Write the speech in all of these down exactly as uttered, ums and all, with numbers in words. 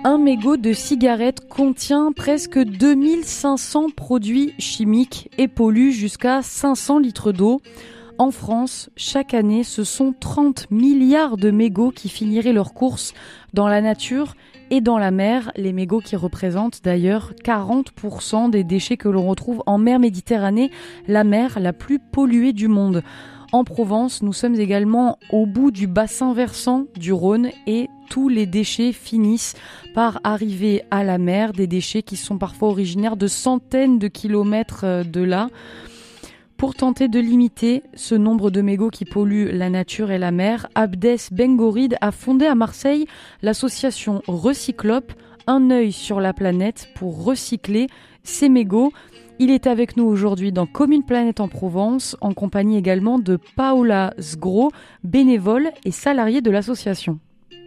Un mégot de cigarette contient presque deux mille cinq cents produits chimiques et pollue jusqu'à cinq cents litres d'eau. En France, chaque année, ce sont trente milliards de mégots qui finiraient leur course dans la nature et dans la mer. Les mégots qui représentent d'ailleurs quarante pour cent des déchets que l'on retrouve en mer Méditerranée, la mer la plus polluée du monde. En Provence, nous sommes également au bout du bassin versant du Rhône et tous les déchets finissent par arriver à la mer, des déchets qui sont parfois originaires de centaines de kilomètres de là. Pour tenter de limiter ce nombre de mégots qui polluent la nature et la mer, Abdès Bengorid a fondé à Marseille l'association Recyclope, un œil sur la planète pour recycler ces mégots. Il est avec nous aujourd'hui dans Commune Planète en Provence, en compagnie également de Paola Sgro, bénévole et salariée de l'association.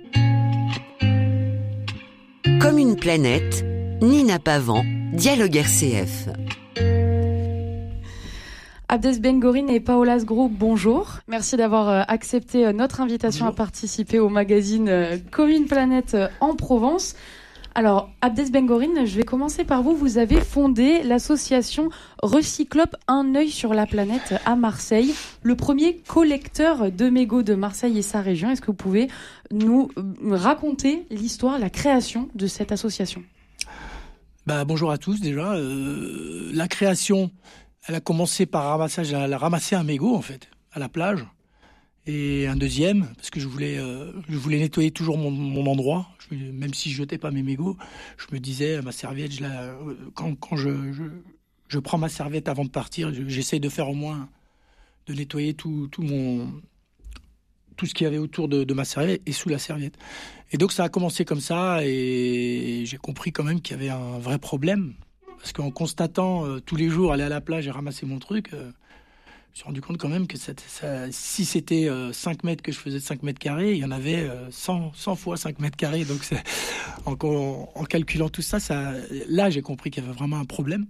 Commune Planète, Nina Pavan, Dialogue R C F. Abdès Bengorid et Paola Sgro, bonjour. Merci d'avoir accepté notre invitation bonjour. À participer au magazine Commune Planète en Provence. Alors, Abdès Bengorid, je vais commencer par vous. Vous avez fondé l'association Recyclope, un œil sur la planète à Marseille, le premier collecteur de mégots de Marseille et sa région. Est-ce que vous pouvez nous raconter l'histoire, la création de cette association ? Bah, bonjour à tous déjà. Euh, la création, elle a commencé par ramassage, elle a ramassé un mégot en fait, à la plage. Et un deuxième, parce que je voulais, euh, je voulais nettoyer toujours mon, mon endroit. Je, même si je jetais pas mes mégots, je me disais, ma serviette, je la, quand, quand je, je, je prends ma serviette avant de partir, je, j'essaie de faire au moins, de nettoyer tout, tout, mon, tout ce qu'il y avait autour de, de ma serviette et sous la serviette. Et donc ça a commencé comme ça et j'ai compris quand même qu'il y avait un vrai problème. Parce qu'en constatant euh, tous les jours aller à la plage et ramasser mon truc... Euh, je me suis rendu compte quand même que ça, ça, si c'était euh, cinq mètres que je faisais de cinq mètres carrés, il y en avait euh, cent, cent fois cinq mètres carrés. Donc, c'est, en, en, en calculant tout ça, ça, là, j'ai compris qu'il y avait vraiment un problème.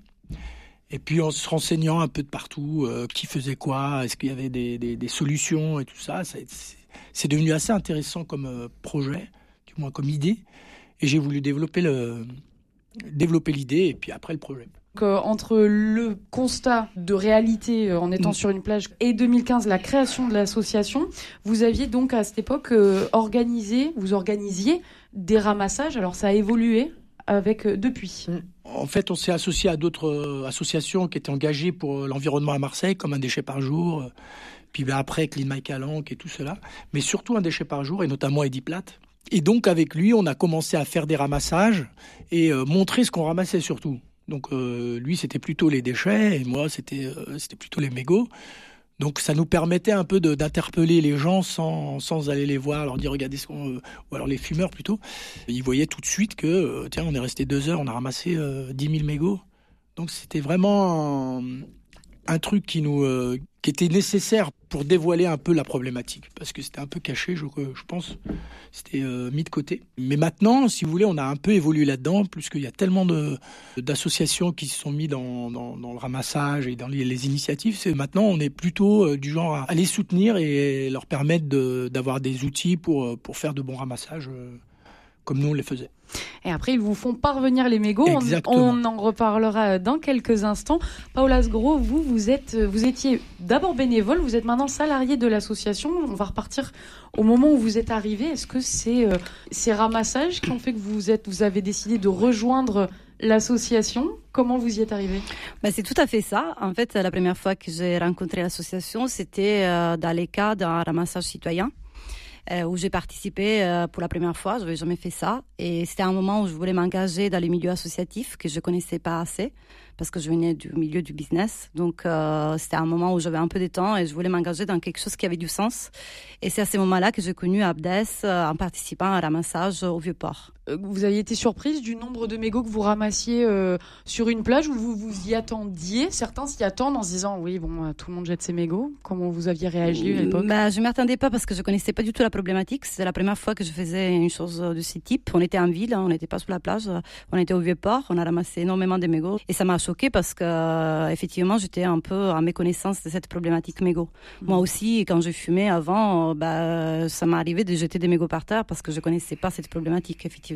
Et puis, en se renseignant un peu de partout, euh, qui faisait quoi, est-ce qu'il y avait des, des, des solutions et tout ça, ça c'est, c'est devenu assez intéressant comme euh, projet, du moins comme idée. Et j'ai voulu développer, le, développer l'idée et puis après le projet. Donc, euh, entre le constat de réalité euh, en étant mmh. sur une plage et deux mille quinze, la création de l'association, vous aviez donc à cette époque euh, organisé, vous organisiez des ramassages. Alors ça a évolué avec euh, depuis. En fait, on s'est associé à d'autres euh, associations qui étaient engagées pour euh, l'environnement à Marseille, comme Un déchet par jour, euh, puis ben, après Clean My Calanque et tout cela, mais surtout Un déchet par jour et notamment Eddy Platt. Et donc avec lui, on a commencé à faire des ramassages et euh, montrer ce qu'on ramassait surtout. Donc euh, lui, c'était plutôt les déchets et moi, c'était, euh, c'était plutôt les mégots. Donc ça nous permettait un peu de, d'interpeller les gens sans, sans aller les voir, leur dire regardez ce qu'on... Euh, ou alors les fumeurs plutôt. Ils voyaient tout de suite que, euh, tiens, on est resté deux heures, on a ramassé euh, dix mille mégots. Donc c'était vraiment un, un truc qui, nous, euh, qui était nécessaire pour dévoiler un peu la problématique. Parce que c'était un peu caché, je, je pense. C'était euh, mis de côté. Mais maintenant, si vous voulez, on a un peu évolué là-dedans, puisqu'il y a tellement de, d'associations qui se sont mis dans, dans, dans le ramassage et dans les, les initiatives. C'est, maintenant, on est plutôt euh, du genre à, à les soutenir et leur permettre de, d'avoir des outils pour, pour faire de bons ramassages euh, comme nous on les faisait. Et après, ils vous font parvenir les mégots. On, on en reparlera dans quelques instants. Paola Sgro, vous, vous, êtes, vous étiez d'abord bénévole, vous êtes maintenant salarié de l'association. On va repartir au moment où vous êtes arrivé. Est-ce que c'est euh, ces ramassages qui ont fait que vous, êtes, vous avez décidé de rejoindre l'association? Comment vous y êtes arrivé? Bah, c'est tout à fait ça. En fait, la première fois que j'ai rencontré l'association, c'était euh, dans les cas d'un ramassage citoyen. Euh, où j'ai participé euh, pour la première fois. Je n'avais jamais fait ça. Et c'était un moment où je voulais m'engager dans les milieux associatifs que je ne connaissais pas assez parce que je venais du milieu du business. Donc, euh, c'était un moment où j'avais un peu de temps et je voulais m'engager dans quelque chose qui avait du sens. Et c'est à ce moment-là que j'ai connu Abdès euh, en participant à un ramassage au Vieux-Port. Vous aviez été surprise du nombre de mégots que vous ramassiez euh, sur une plage où vous vous y attendiez? Certains s'y attendent en se disant oui, bon, euh, tout le monde jette ses mégots. Comment vous aviez réagi à l'époque? Bah, je ne m'attendais pas parce que je ne connaissais pas du tout la problématique. C'était la première fois que je faisais une chose de ce type. On était en ville, hein, on n'était pas sur la plage, on était au Vieux-Port, on a ramassé énormément de mégots. Et ça m'a choquée parce que euh, effectivement, j'étais un peu en méconnaissance de cette problématique mégots. Mmh. Moi aussi, quand je fumais avant, euh, bah, ça m'est arrivé de jeter des mégots par terre parce que je ne connaissais pas cette problématique, effectivement.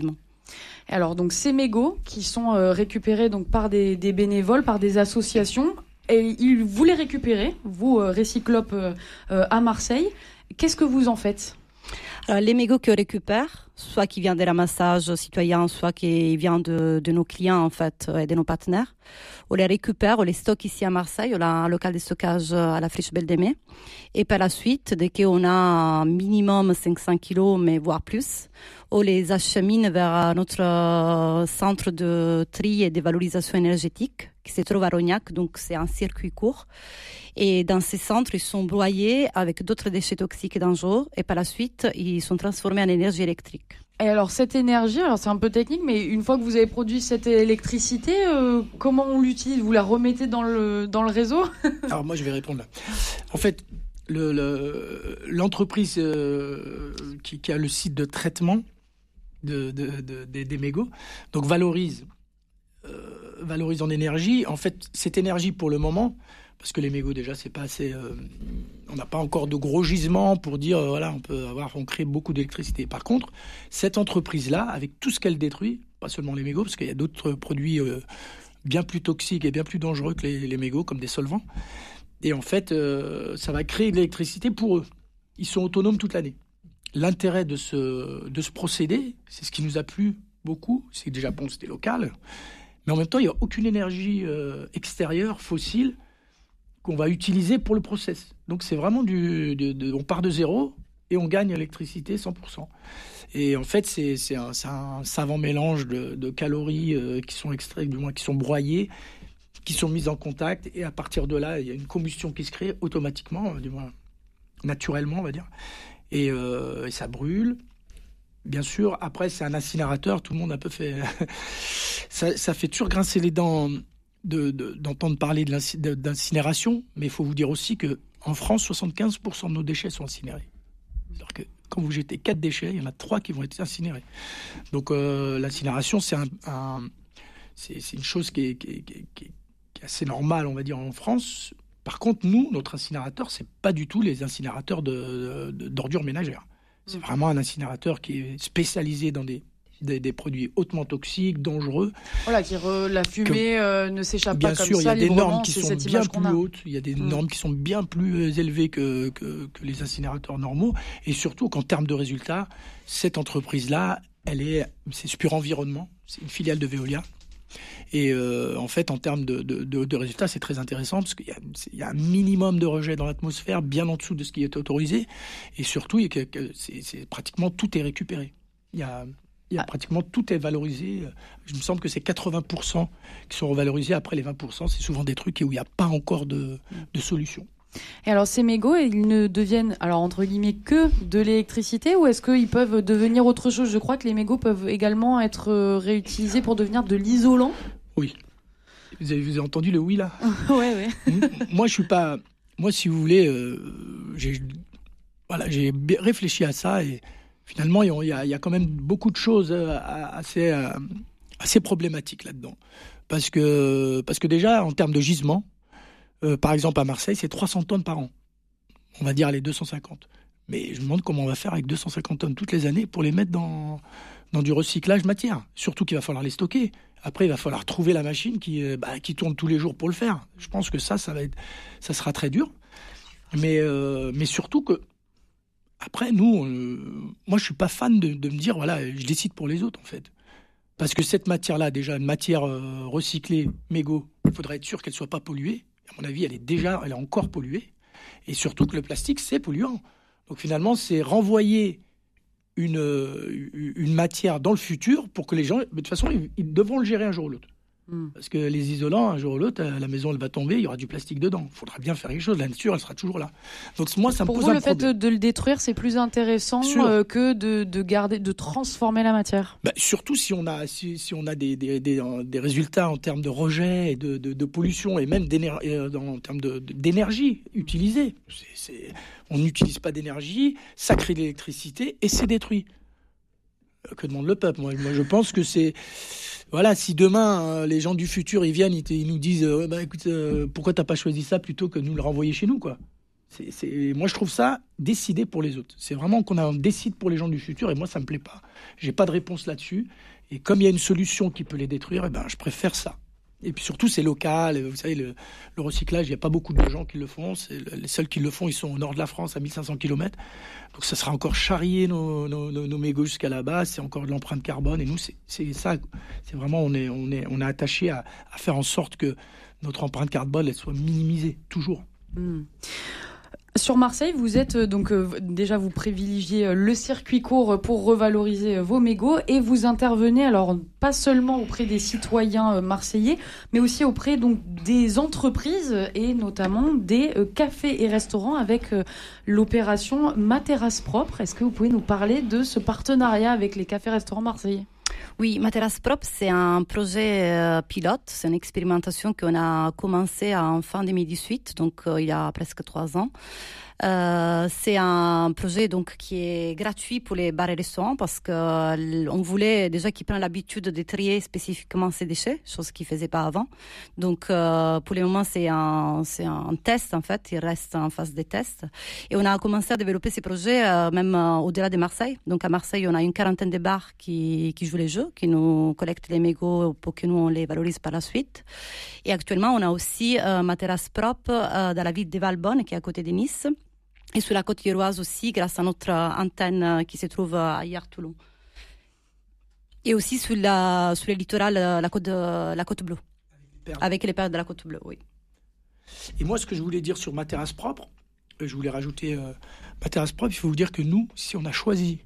Alors donc ces mégots qui sont euh, récupérés donc par des, des bénévoles, par des associations, et ils, vous les récupérez, vous euh, Recyclope euh, euh, à Marseille. Qu'est-ce que vous en faites ? Alors, les mégots que récupère, soit qui vient des ramassages citoyens, soit qui vient de, de nos clients en fait et de nos partenaires, on les récupère, on les stocke ici à Marseille, on a un local de stockage à la Friche Belle d'Aimé. Et par la suite, dès qu'on a un minimum cinq cents kilos, mais voire plus, on les achemine vers notre centre de tri et de valorisation énergétique qui se trouve à Rognac, donc c'est un circuit court. Et dans ces centres, ils sont broyés avec d'autres déchets toxiques et dangereux et par la suite, ils sont transformés en énergie électrique. Et alors cette énergie, alors c'est un peu technique, mais une fois que vous avez produit cette électricité, euh, comment on l'utilise ? Vous la remettez dans le, dans le réseau ? Alors moi je vais répondre là. En fait, le, le, l'entreprise euh, qui, qui a le site de traitement de, de, de, de, des mégots, donc valorise, euh, valorise en énergie. En fait, cette énergie pour le moment, parce que les mégots déjà c'est pas assez, euh, on n'a pas encore de gros gisements pour dire euh, voilà on peut avoir, on crée beaucoup d'électricité. Par contre, cette entreprise là, avec tout ce qu'elle détruit, pas seulement les mégots, parce qu'il y a d'autres produits euh, bien plus toxiques et bien plus dangereux que les, les mégots, comme des solvants. Et en fait, euh, ça va créer de l'électricité pour eux. Ils sont autonomes toute l'année. L'intérêt de ce, de ce procédé, c'est ce qui nous a plu beaucoup, c'est que déjà, bon, c'était local, mais en même temps, il n'y a aucune énergie euh, extérieure, fossile, qu'on va utiliser pour le process. Donc, c'est vraiment du... De, de, on part de zéro et on gagne l'électricité cent pour cent. Et en fait, c'est, c'est, un, c'est un savant mélange de, de calories euh, qui sont extraites, du moins qui sont broyées, qui sont mises en contact, et à partir de là, il y a une combustion qui se crée automatiquement, du moins naturellement, on va dire, et, euh, et ça brûle. Bien sûr, après, c'est un incinérateur, tout le monde a un peu fait... ça, ça fait toujours grincer les dents de, de, d'entendre parler de l'inci... d'incinération, mais il faut vous dire aussi qu'en France, soixante-quinze pour cent de nos déchets sont incinérés. C'est-à-dire que quand vous jetez quatre déchets, il y en a trois qui vont être incinérés. Donc euh, l'incinération, c'est, un, un, c'est, c'est une chose qui est, qui, est, qui, est, qui est assez normale, on va dire, en France. Par contre, nous, notre incinérateur, c'est pas du tout les incinérateurs de, de, d'ordures ménagères. C'est vraiment un incinérateur qui est spécialisé dans des, des, des produits hautement toxiques, dangereux. Voilà, qui re, la fumée que, euh, ne s'échappe pas comme ça. Bien sûr, il y a des normes qui c'est sont bien plus a. hautes, il y a des mmh. normes qui sont bien plus élevées que, que, que les incinérateurs normaux. Et surtout qu'en termes de résultats, cette entreprise-là, elle est, c'est Spur Environnement, c'est une filiale de Veolia. Et euh, en fait, en termes de, de, de, de résultats, c'est très intéressant parce qu'il y a, il y a un minimum de rejet dans l'atmosphère, bien en dessous de ce qui est autorisé. Et surtout, il y a que, que c'est, c'est pratiquement tout est récupéré. Il y a, il y a ah. pratiquement tout est valorisé. Je me semble que c'est quatre-vingts pour cent qui sont revalorisés. Après, les vingt pour cent, c'est souvent des trucs où il n'y a pas encore de, de solution. Et alors ces mégots, ils ne deviennent, alors entre guillemets, que de l'électricité, ou est-ce qu'ils peuvent devenir autre chose ? Je crois que les mégots peuvent également être réutilisés pour devenir de l'isolant. Oui. Vous avez, vous avez entendu le oui là ? Ouais, ouais. Moi, je suis pas. Moi, si vous voulez, euh, j'ai, voilà, j'ai réfléchi à ça et finalement, il y a, il y a quand même beaucoup de choses assez, assez problématiques là-dedans, parce que, parce que déjà, en termes de gisement. Euh, par exemple, à Marseille, c'est trois cents tonnes par an. On va dire les deux cent cinquante. Mais je me demande comment on va faire avec deux cent cinquante tonnes toutes les années pour les mettre dans, dans du recyclage matière. Surtout qu'il va falloir les stocker. Après, il va falloir trouver la machine qui, bah, qui tourne tous les jours pour le faire. Je pense que ça, ça, va être, ça sera très dur. Mais, euh, mais surtout que, après, nous, euh, moi, je ne suis pas fan de, de me dire, voilà, je décide pour les autres, en fait. Parce que cette matière-là, déjà, une matière euh, recyclée, mégot, il faudrait être sûr qu'elle ne soit pas polluée. À mon avis, elle est déjà, elle est encore polluée. Et surtout que le plastique, c'est polluant. Donc finalement, c'est renvoyer une, une matière dans le futur pour que les gens... De toute façon, ils, ils devront le gérer un jour ou l'autre. Mm. Parce que les isolants, un jour ou l'autre, la maison, elle va tomber, il y aura du plastique dedans. Il faudra bien faire quelque chose. La nature, elle sera toujours là. Donc moi, ça pour me pose vous, un le problème. fait de le détruire, c'est plus intéressant euh, que de, de garder, de transformer la matière. Bah, surtout si on a, si, si on a des, des, des, des résultats en termes de rejet et de, de, de pollution et même en termes de, de, d'énergie utilisée. C'est, c'est, on n'utilise pas d'énergie, ça crée de l'électricité et c'est détruit. Que demande le peuple ? Moi, moi, je pense que c'est... Voilà, si demain, euh, les gens du futur, ils viennent, ils, te, ils nous disent euh, bah, écoute, euh, pourquoi t'as pas choisi ça plutôt que de nous le renvoyer chez nous, quoi. C'est, c'est... Moi, je trouve ça décider pour les autres. C'est vraiment qu'on a, on décide pour les gens du futur, et moi, ça me plaît pas. J'ai pas de réponse là-dessus. Et comme il y a une solution qui peut les détruire, eh ben, je préfère ça. Et puis surtout, c'est local. Vous savez, le, le recyclage, il n'y a pas beaucoup de gens qui le font. C'est, les seuls qui le font, ils sont au nord de la France, à mille cinq cents kilomètres. Donc ça sera encore charrier nos, nos, nos, nos mégots jusqu'à là-bas. C'est encore de l'empreinte carbone. Et nous, c'est, c'est ça. C'est vraiment, on est, on est, on est attaché à, à faire en sorte que notre empreinte carbone, elle soit minimisée, toujours. Mmh. Sur Marseille, vous êtes donc euh, déjà vous privilégiez le circuit court pour revaloriser vos mégots et vous intervenez alors pas seulement auprès des citoyens marseillais, mais aussi auprès donc des entreprises et notamment des euh, cafés et restaurants avec euh, l'opération Ma Terrasse Propre. Est-ce que vous pouvez nous parler de ce partenariat avec les cafés et restaurants marseillais ? Oui, Ma Terrasse Propre, c'est un projet euh, pilote, c'est une expérimentation qu'on a commencé en fin deux mille dix-huit, donc euh, il y a presque trois ans. Euh, c'est un projet donc qui est gratuit pour les bars et restaurants parce que euh, on voulait déjà qu'ils prennent l'habitude de trier spécifiquement ces déchets, chose qu'ils faisaient pas avant. Donc euh, pour le moment c'est un c'est un test en fait, il reste en phase des tests et on a commencé à développer ces projets euh, même euh, au-delà de Marseille. Donc à Marseille on a une quarantaine de bars qui qui jouent les jeux, qui nous collectent les mégots pour que nous on les valorise par la suite. Et actuellement on a aussi euh, Ma Terrasse Propre euh, dans la ville de Valbonne qui est à côté de Nice. Et sur la côte iroise aussi, grâce à notre antenne qui se trouve à Hyères-Toulon. Et aussi sur, la, sur le littoral, la côte, la côte bleue. Avec les perles de la côte bleue, oui. Et moi, ce que je voulais dire sur Ma Terrasse Propre, je voulais rajouter euh, Ma Terrasse Propre, il faut vous dire que nous, si on a choisi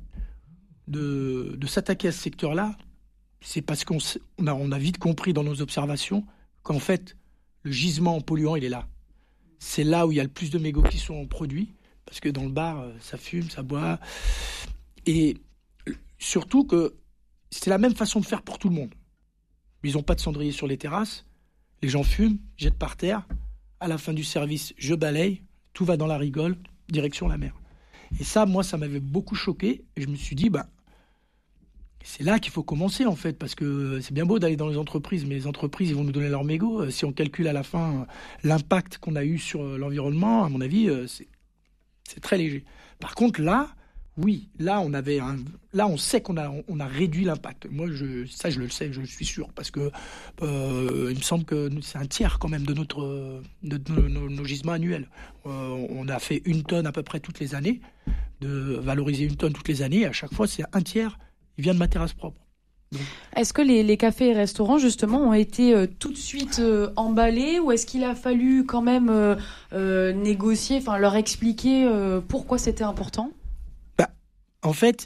de, de s'attaquer à ce secteur-là, c'est parce qu'on on a, on a vite compris dans nos observations qu'en fait, le gisement polluant, il est là. C'est là où il y a le plus de mégots qui sont produits. Parce que dans le bar, ça fume, ça boit. Et surtout que c'est la même façon de faire pour tout le monde. Ils n'ont pas de cendrier sur les terrasses. Les gens fument, jettent par terre. À la fin du service, je balaye. Tout va dans la rigole, direction la mer. Et ça, moi, ça m'avait beaucoup choqué. Et je me suis dit, bah, c'est là qu'il faut commencer, en fait. Parce que c'est bien beau d'aller dans les entreprises, mais les entreprises, ils vont nous donner leurs mégots. Si on calcule à la fin l'impact qu'on a eu sur l'environnement, à mon avis, c'est... c'est très léger. Par contre, là, oui, là, on avait un, là, on sait qu'on a, on a réduit l'impact. Moi, je, ça, je le sais, je suis sûr, parce que euh, il me semble que c'est un tiers quand même de notre, de, de nos, nos gisements annuels. Euh, on a fait une tonne à peu près toutes les années, de valoriser une tonne toutes les années. Et à chaque fois, c'est un tiers. Il vient de Ma Terrasse Propre. Donc, est-ce que les, les cafés et restaurants, justement, ont été euh, tout de suite euh, emballés ou est-ce qu'il a fallu quand même euh, euh, négocier, enfin leur expliquer euh, pourquoi c'était important ? Bah, en fait,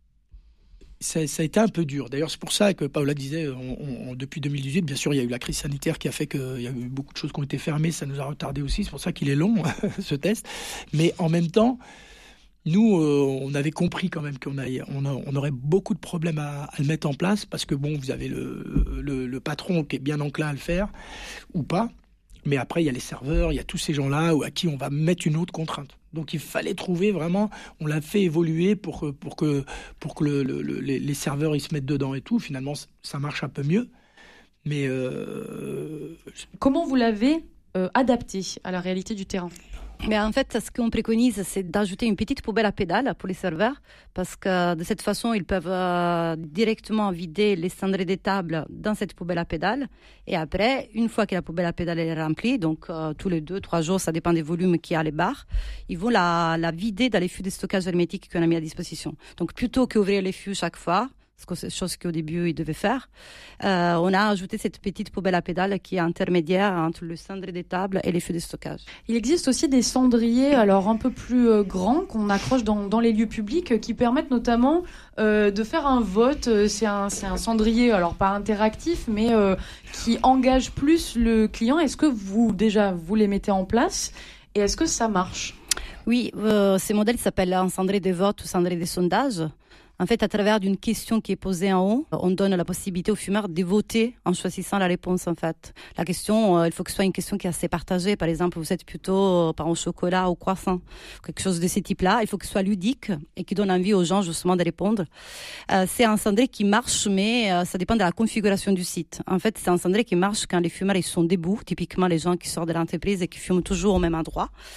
ça, ça a été un peu dur. D'ailleurs, c'est pour ça que Paola disait, on, on, depuis deux mille dix-huit, bien sûr, il y a eu la crise sanitaire qui a fait qu'il y a eu beaucoup de choses qui ont été fermées. Ça nous a retardé aussi. C'est pour ça qu'il est long, ce test. Mais en même temps, nous, euh, on avait compris quand même qu'on a, on, a, on aurait beaucoup de problèmes à, à le mettre en place parce que bon, vous avez le, le, le patron qui est bien enclin à le faire ou pas. Mais après, il y a les serveurs, il y a tous ces gens-là à qui on va mettre une autre contrainte. Donc, il fallait trouver vraiment, on l'a fait évoluer pour que, pour que, pour que le, le, le, les serveurs ils se mettent dedans et tout. Finalement, ça marche un peu mieux. Mais euh... comment vous l'avez euh, adapté à la réalité du terrain ? Mais en fait, ce qu'on préconise, c'est d'ajouter une petite poubelle à pédales pour les serveurs, parce que de cette façon, ils peuvent euh, directement vider les cendriers des tables dans cette poubelle à pédales. Et après, une fois que la poubelle à pédales est remplie, donc euh, tous les deux, trois jours, ça dépend des volumes qu'il y a à les bars, ils vont la, la vider dans les fûts de stockage hermétique qu'on a mis à disposition. Donc plutôt qu'ouvrir les fûts chaque fois, c'est chose qu'au début ils devaient faire, euh, on a ajouté cette petite poubelle à pédales qui est intermédiaire entre le cendrier des tables et les fûts de stockage. Il existe aussi des cendriers alors un peu plus euh, grands qu'on accroche dans, dans les lieux publics euh, qui permettent notamment euh, de faire un vote. C'est un, c'est un cendrier alors pas interactif mais euh, qui engage plus le client. Est-ce que vous déjà vous les mettez en place et est-ce que ça marche ? Oui, euh, ces modèles s'appellent un cendrier de vote ou cendrier de sondage. En fait, à travers d'une question qui est posée en haut, on donne la possibilité aux fumeurs de voter en choisissant la réponse, en fait. La question, euh, il faut que ce soit une question qui est assez partagée. Par exemple, vous êtes plutôt euh, par au chocolat ou croissant. Quelque chose de ce type-là. Il faut que ce soit ludique et qui donne envie aux gens, justement, de répondre. Euh, c'est un cendrier qui marche, mais euh, ça dépend de la configuration du site. En fait, c'est un cendrier qui marche quand les fumeurs, ils sont debout. Typiquement, les gens qui sortent de l'entreprise et qui fument toujours au même endroit.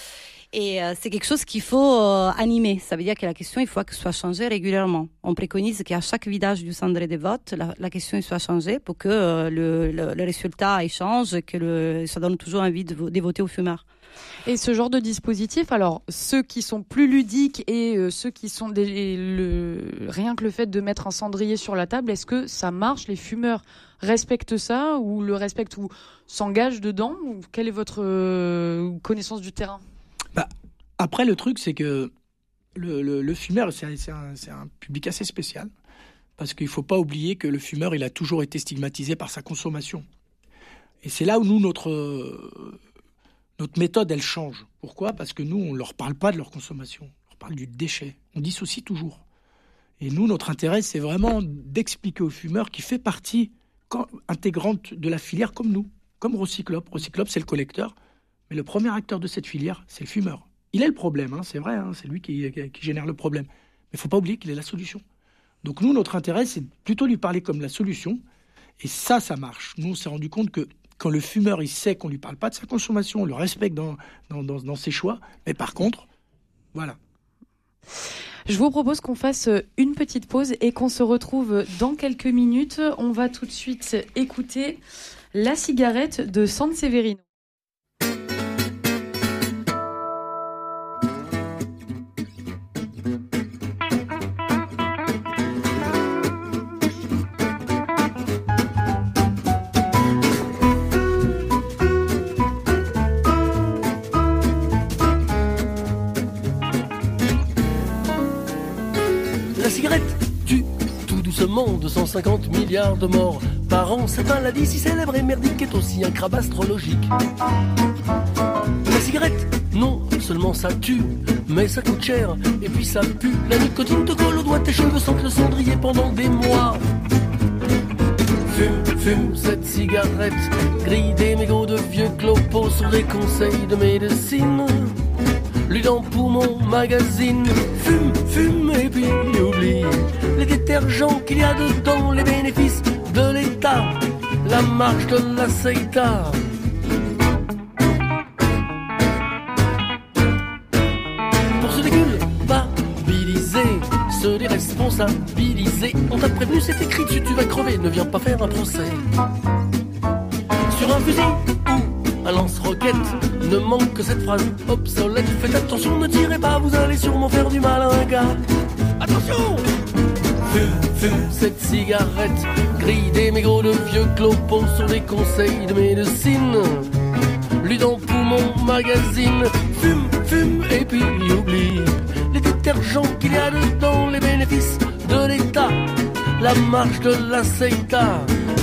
Et euh, c'est quelque chose qu'il faut euh, animer. Ça veut dire que la question, il faut qu'elle soit changée régulièrement. On préconise qu'à chaque vidage du cendrier de vote, la, la question soit changée pour que euh, le, le, le résultat il change, que le, ça donne toujours envie de, de voter aux fumeurs. Et ce genre de dispositif, alors ceux qui sont plus ludiques et euh, ceux qui sont des, le, rien que le fait de mettre un cendrier sur la table, est-ce que ça marche? Les fumeurs respectent ça ou le respectent ou s'engagent dedans? Ou quelle est votre euh, connaissance du terrain? Bah, après, le truc, c'est que le, le, le fumeur, c'est un, c'est, un, c'est un public assez spécial parce qu'il ne faut pas oublier que le fumeur, il a toujours été stigmatisé par sa consommation. Et c'est là où nous, notre... Euh, Notre méthode, elle change. Pourquoi? Parce que nous, on ne leur parle pas de leur consommation. On leur parle du déchet. On dissocie toujours. Et nous, notre intérêt, c'est vraiment d'expliquer aux fumeurs qu'il fait partie intégrante de la filière comme nous, comme Recyclope. Recyclope, c'est le collecteur. Mais le premier acteur de cette filière, c'est le fumeur. Il est le problème, hein, c'est vrai. Hein, c'est lui qui, qui, qui génère le problème. Mais il ne faut pas oublier qu'il est la solution. Donc nous, notre intérêt, c'est plutôt lui parler comme la solution. Et ça, ça marche. Nous, on s'est rendu compte que quand le fumeur, il sait qu'on ne lui parle pas de sa consommation, on le respecte dans, dans, dans, dans ses choix, mais par contre, voilà. Je vous propose qu'on fasse une petite pause et qu'on se retrouve dans quelques minutes. On va tout de suite écouter La cigarette de Sanseverino. La cigarette tue tout doucement deux cent cinquante milliards de morts par an. Cette maladie si célèbre et merdique est aussi un crabe astrologique. La cigarette, non seulement ça tue, mais ça coûte cher et puis ça pue. La nicotine te colle aux doigts, tes cheveux sentent le cendrier pendant des mois. Fume, fume cette cigarette, grille des mégots de vieux clopos sur des conseils de médecine. Lui dans Poumon Magazine, fume, fume et puis oublie les détergents qu'il y a dedans, les bénéfices de l'État, la marche de la Seita. Pour se déculpabiliser, se déresponsabiliser, on t'a prévenu, c'est écrit dessus, tu vas crever, ne viens pas faire un procès. Sur un fusil ou un lance-roquette, ne manque que cette phrase obsolète. Faites attention, ne tirez pas, vous allez sûrement faire du mal à un gars. Attention! Fume, fume cette cigarette, grille des mégots de vieux clopos sur des conseils de médecine. Lui dans Poumon Magazine, fume, fume et puis oublie les détergents qu'il y a dedans, les bénéfices de l'État, la marche de la Seita.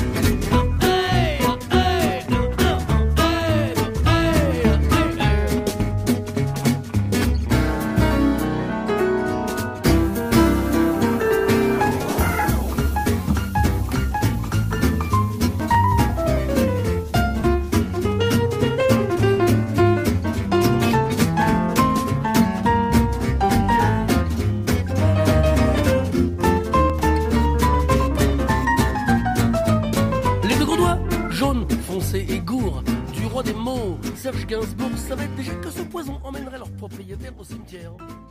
Serge Gainsbourg savait déjà que ce poison emmènerait leurs propriétaires au cimetière.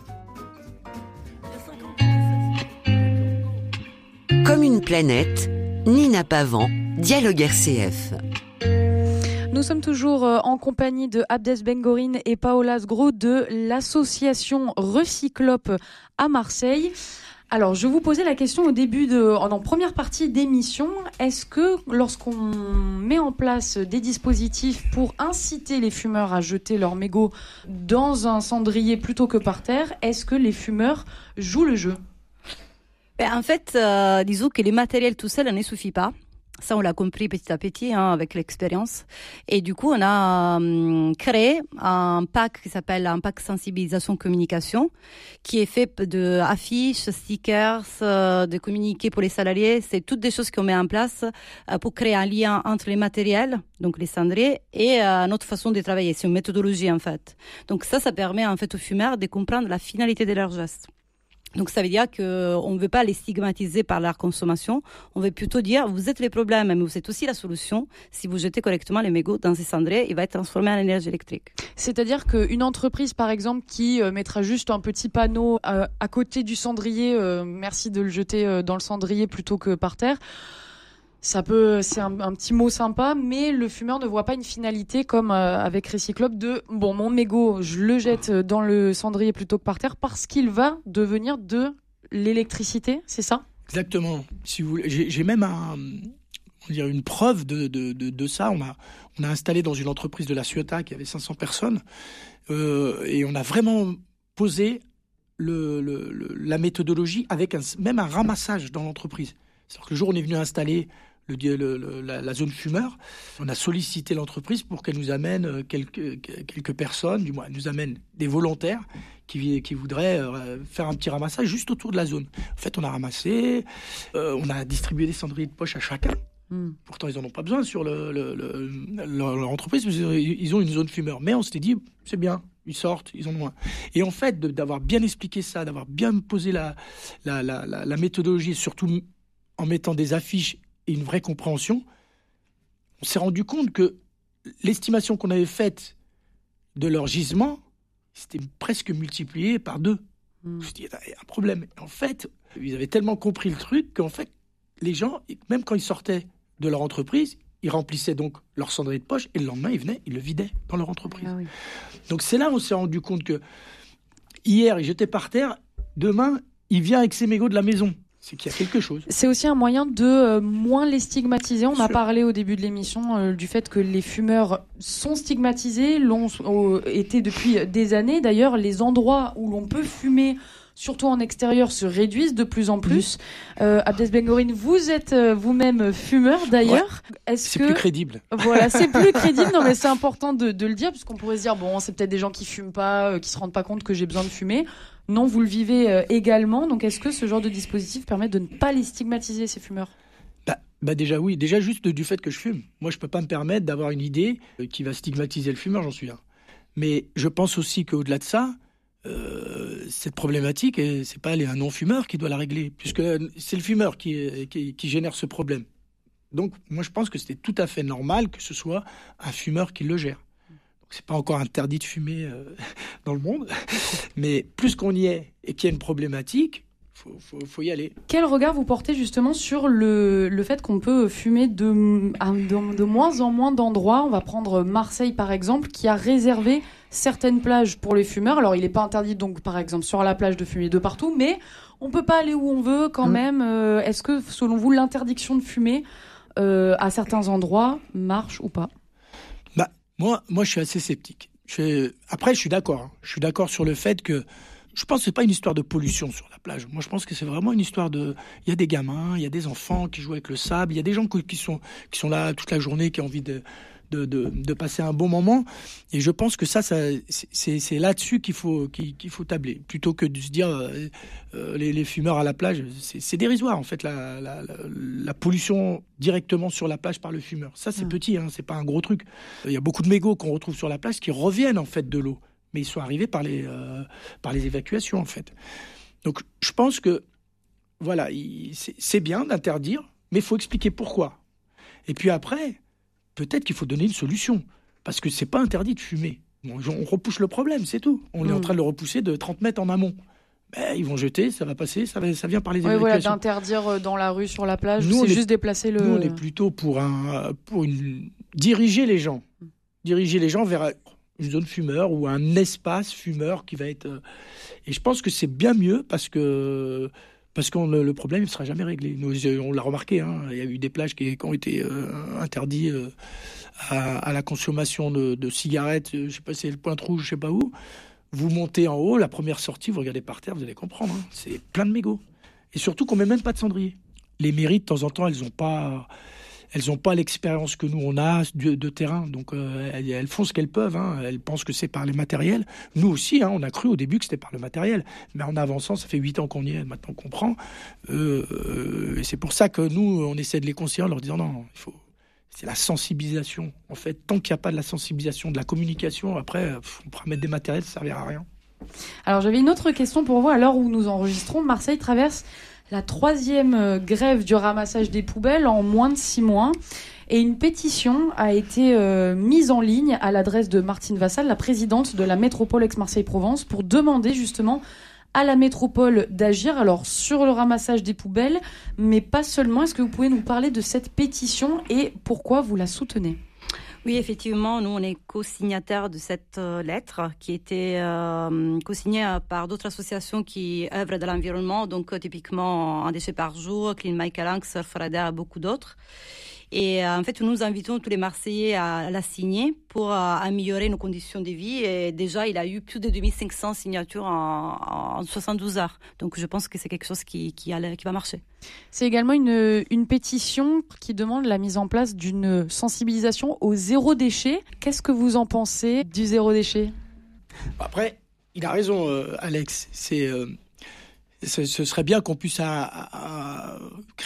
Comme une planète, Nina Pavan, Dialogue R C F. Nous sommes toujours en compagnie de Abdes Bengorin et Paola Sgro de l'association Recyclope à Marseille. Alors, je vous posais la question au début de, en première partie d'émission. Est-ce que lorsqu'on met en place des dispositifs pour inciter les fumeurs à jeter leurs mégots dans un cendrier plutôt que par terre, est-ce que les fumeurs jouent le jeu? Ben, en fait, euh, disons que les matériels tout seul ne suffit pas. Ça, on l'a compris petit à petit hein, avec l'expérience. Et du coup, on a hum, créé un pack qui s'appelle un pack sensibilisation communication, qui est fait de affiches, stickers, euh, de communiqués pour les salariés. C'est toutes des choses qu'on met en place euh, pour créer un lien entre les matériels, donc les cendriers, et euh, notre façon de travailler. C'est une méthodologie en fait. Donc ça, ça permet en fait aux fumeurs de comprendre la finalité de leurs gestes. Donc ça veut dire qu'on ne veut pas les stigmatiser par leur consommation, on veut plutôt dire vous êtes les problèmes, mais vous êtes aussi la solution. Si vous jetez correctement les mégots dans ces cendriers, il va être transformé en énergie électrique. C'est-à-dire qu'une entreprise par exemple qui euh, mettra juste un petit panneau euh, à côté du cendrier, euh, merci de le jeter euh, dans le cendrier plutôt que par terre, ça peut, c'est un, un petit mot sympa, mais le fumeur ne voit pas une finalité comme euh, avec Recyclope de bon, mon mégot, je le jette dans le cendrier plutôt que par terre parce qu'il va devenir de l'électricité, c'est ça ? Exactement. Si vous voulez, j'ai, j'ai même un, on va dire une preuve de, de, de, de ça. On a, on a installé dans une entreprise de la Ciotat qui avait cinq cents personnes euh, et on a vraiment posé le, le, le, la méthodologie avec un, même un ramassage dans l'entreprise. C'est-à-dire que le jour où on est venu installer Le, le, le, la, la zone fumeur, on a sollicité l'entreprise pour qu'elle nous amène quelques, quelques personnes, du moins elle nous amène des volontaires qui, qui voudraient faire un petit ramassage juste autour de la zone. En fait, on a ramassé, euh, on a distribué des cendriers de poche à chacun. Mmh. Pourtant, ils n'en ont pas besoin sur le, le, le, leur, leur entreprise, parce qu'ils ont une zone fumeur. Mais on s'était dit, c'est bien, ils sortent, ils en ont moins. Et en fait, de, d'avoir bien expliqué ça, d'avoir bien posé la, la, la, la, la méthodologie, surtout en mettant des affiches et une vraie compréhension, on s'est rendu compte que l'estimation qu'on avait faite de leur gisement, c'était presque multiplié par deux. Mmh. Je me suis dit, il y a un problème. En fait, ils avaient tellement compris le truc qu'en fait, les gens, même quand ils sortaient de leur entreprise, ils remplissaient donc leur cendrier de poche et le lendemain, ils venaient, ils le vidaient dans leur entreprise. Ah oui. Donc c'est là où on s'est rendu compte que hier, il jetait par terre, demain, il vient avec ses mégots de la maison. C'est qu'il y a quelque chose. C'est aussi un moyen de euh, moins les stigmatiser. On a parlé au début de l'émission euh, du fait que les fumeurs sont stigmatisés, l'ont euh, été depuis des années. D'ailleurs, les endroits où l'on peut fumer, surtout en extérieur, se réduisent de plus en plus. Mmh. Euh, Abdes Bengorin, vous êtes euh, vous-même fumeur d'ailleurs. Ouais, Est-ce c'est que... plus crédible. Voilà, c'est plus crédible. Non, mais c'est important de, de le dire, parce qu'on pourrait se dire, bon, c'est peut-être des gens qui fument pas, euh, qui se rendent pas compte que j'ai besoin de fumer. Non, vous le vivez euh, également. Donc, est-ce que ce genre de dispositif permet de ne pas les stigmatiser, ces fumeurs ? Bah, bah déjà oui, déjà juste du fait que je fume. Moi, je peux pas me permettre d'avoir une idée qui va stigmatiser le fumeur, j'en suis un. Mais je pense aussi qu'au-delà de ça, euh, cette problématique, c'est pas un non-fumeur qui doit la régler, puisque c'est le fumeur qui, qui, qui génère ce problème. Donc, moi, je pense que c'était tout à fait normal que ce soit un fumeur qui le gère. C'est pas encore interdit de fumer euh, dans le monde, mais plus qu'on y est et qu'il y a une problématique, faut, faut, faut y aller. Quel regard vous portez justement sur le, le fait qu'on peut fumer de, de, de moins en moins d'endroits ? On va prendre Marseille par exemple, qui a réservé certaines plages pour les fumeurs. Alors il n'est pas interdit donc par exemple sur la plage de fumer de partout, mais on peut pas aller où on veut quand mmh. même. Euh, est-ce que selon vous l'interdiction de fumer euh, à certains endroits marche ou pas ? Bah, moi, moi, je suis assez sceptique. Je... Après, je suis d'accord. Hein. Je suis d'accord sur le fait que je pense que c'est pas une histoire de pollution sur la plage. Moi, je pense que c'est vraiment une histoire de. Il y a des gamins, il y a des enfants qui jouent avec le sable, il y a des gens qui sont qui sont là toute la journée, qui ont envie de de, de, de passer un bon moment. Et je pense que ça, ça c'est, c'est là-dessus qu'il faut qu'il, qu'il faut tabler, plutôt que de se dire euh, euh, les, les fumeurs à la plage. C'est, c'est dérisoire en fait la, la, la, la pollution directement sur la plage par le fumeur. Ça, c'est mmh. petit, hein, c'est pas un gros truc. Il y a beaucoup de mégots qu'on retrouve sur la plage qui reviennent en fait de l'eau. Mais ils sont arrivés par les, euh, par les évacuations, en fait. Donc, je pense que, voilà, il, c'est, c'est bien d'interdire, mais il faut expliquer pourquoi. Et puis après, peut-être qu'il faut donner une solution, parce que c'est pas interdit de fumer. Bon, on repousse le problème, c'est tout. On mmh. est en train de le repousser de trente mètres en amont. Ben, ils vont jeter, ça va passer, ça, va, ça vient par les évacuations. Oui, voilà, d'interdire dans la rue, sur la plage, nous, c'est est, juste déplacer le... Nous, on est plutôt pour, un, pour une, diriger les gens. Mmh. Diriger les gens vers une zone fumeur ou un espace fumeur qui va être... Euh... Et je pense que c'est bien mieux parce que parce que le problème ne sera jamais réglé. Nous, on l'a remarqué, hein, il y a eu des plages qui, qui ont été euh, interdites euh, à, à la consommation de, de cigarettes, je ne sais pas si c'est le Pointe-Rouge, je ne sais pas où. Vous montez en haut, la première sortie, vous regardez par terre, vous allez comprendre. Hein, c'est plein de mégots. Et surtout qu'on ne met même pas de cendrier. Les mairies, de temps en temps, elles n'ont pas... Elles n'ont pas l'expérience que nous, on a de, de terrain. Donc, euh, elles, elles font ce qu'elles peuvent. Hein. Elles pensent que c'est par les matériels. Nous aussi, hein, on a cru au début que c'était par le matériel. Mais en avançant, ça fait huit ans qu'on y est. Maintenant qu'on comprend. Euh, euh, et c'est pour ça que nous, on essaie de les conseiller en leur disant non, il faut... c'est la sensibilisation. En fait, tant qu'il n'y a pas de la sensibilisation, de la communication, après, on pourra mettre des matériels, ça ne servira à rien. Alors j'avais une autre question pour vous. À l'heure où nous enregistrons, Marseille traverse la troisième grève du ramassage des poubelles en moins de six mois. Et une pétition a été euh, mise en ligne à l'adresse de Martine Vassal, la présidente de la métropole Aix-Marseille-Provence, pour demander justement à la métropole d'agir, alors sur le ramassage des poubelles, mais pas seulement. Est-ce que vous pouvez nous parler de cette pétition et pourquoi vous la soutenez ? Oui, effectivement, nous, on est co-signataires de cette euh, lettre qui était euh, co-signée par d'autres associations qui œuvrent dans l'environnement, donc euh, typiquement Un déchet par jour, Clean My Calanque, Surf Radar et beaucoup d'autres. Et euh, en fait, nous invitons tous les Marseillais à la signer pour euh, améliorer nos conditions de vie. Et déjà, il a eu plus de deux mille cinq cents signatures en, en soixante-douze heures. Donc, je pense que c'est quelque chose qui, qui, a, qui va marcher. C'est également une, une pétition qui demande la mise en place d'une sensibilisation au zéro déchet. Qu'est-ce que vous en pensez du zéro déchet ? Après, il a raison, euh, Alex. C'est... Euh... Ce, ce serait bien qu'on puisse à, à, à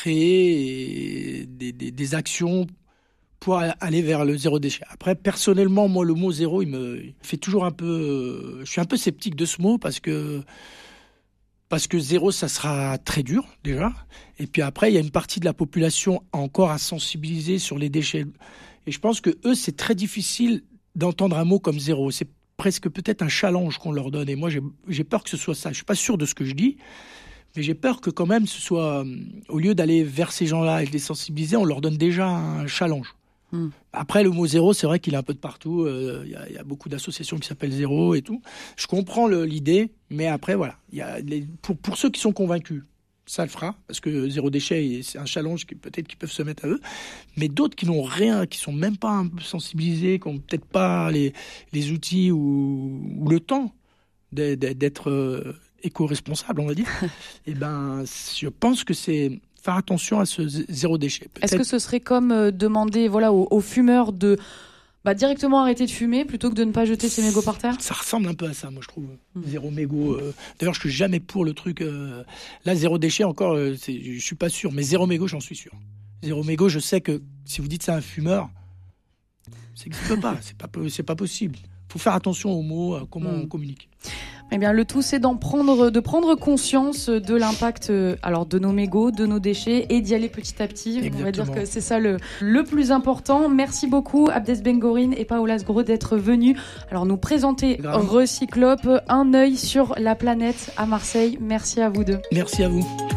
créer des, des, des actions pour aller vers le zéro déchet. Après, personnellement, moi, le mot zéro, il me fait toujours un peu... Je suis un peu sceptique de ce mot parce que, parce que zéro, ça sera très dur, déjà. Et puis après, il y a une partie de la population encore à sensibiliser sur les déchets. Et je pense que eux, c'est très difficile d'entendre un mot comme zéro. C'est presque peut-être un challenge qu'on leur donne. Et moi, j'ai, j'ai peur que ce soit ça. Je suis pas sûr de ce que je dis, mais j'ai peur que quand même ce soit, au lieu d'aller vers ces gens-là et de les sensibiliser, on leur donne déjà un challenge. Mmh. Après, le mot zéro, c'est vrai qu'il est un peu de partout. Il euh, y, y a beaucoup d'associations qui s'appellent zéro et tout. Je comprends le, l'idée, mais après, voilà. Y a les, pour, pour ceux qui sont convaincus, ça le fera, parce que zéro déchet, c'est un challenge qui peut-être qu'ils peuvent se mettre à eux. Mais d'autres qui n'ont rien, qui sont même pas un peu sensibilisés, qui n'ont peut-être pas les, les outils ou, ou le temps d'être euh, éco-responsable, on va dire, et ben, je pense que c'est faire attention à ce zéro déchet. Peut-être... Est-ce que ce serait comme euh, demander voilà, aux, aux fumeurs de bah, directement arrêter de fumer plutôt que de ne pas jeter ses mégots par terre ? Ça ressemble un peu à ça, moi, je trouve. Mmh. Zéro mégot. Euh... D'ailleurs, je suis jamais pour le truc. Euh... Là, zéro déchet, encore, euh, c'est... je suis pas sûr. Mais zéro mégot, j'en suis sûr. Zéro mégot, je sais que si vous dites ça à un fumeur, ça n'existe pas. C'est pas, c'est pas possible. Il faut faire attention aux mots, à comment mmh. on communique. Eh bien, le tout, c'est d'en prendre, de prendre conscience de l'impact alors, de nos mégots, de nos déchets et d'y aller petit à petit. Exactement. On va dire que c'est ça le, le plus important. Merci beaucoup, Abdes Bengorin et Paola Sgro, d'être venus alors, nous présenter Recyclope, un œil sur la planète à Marseille. Merci à vous deux. Merci à vous.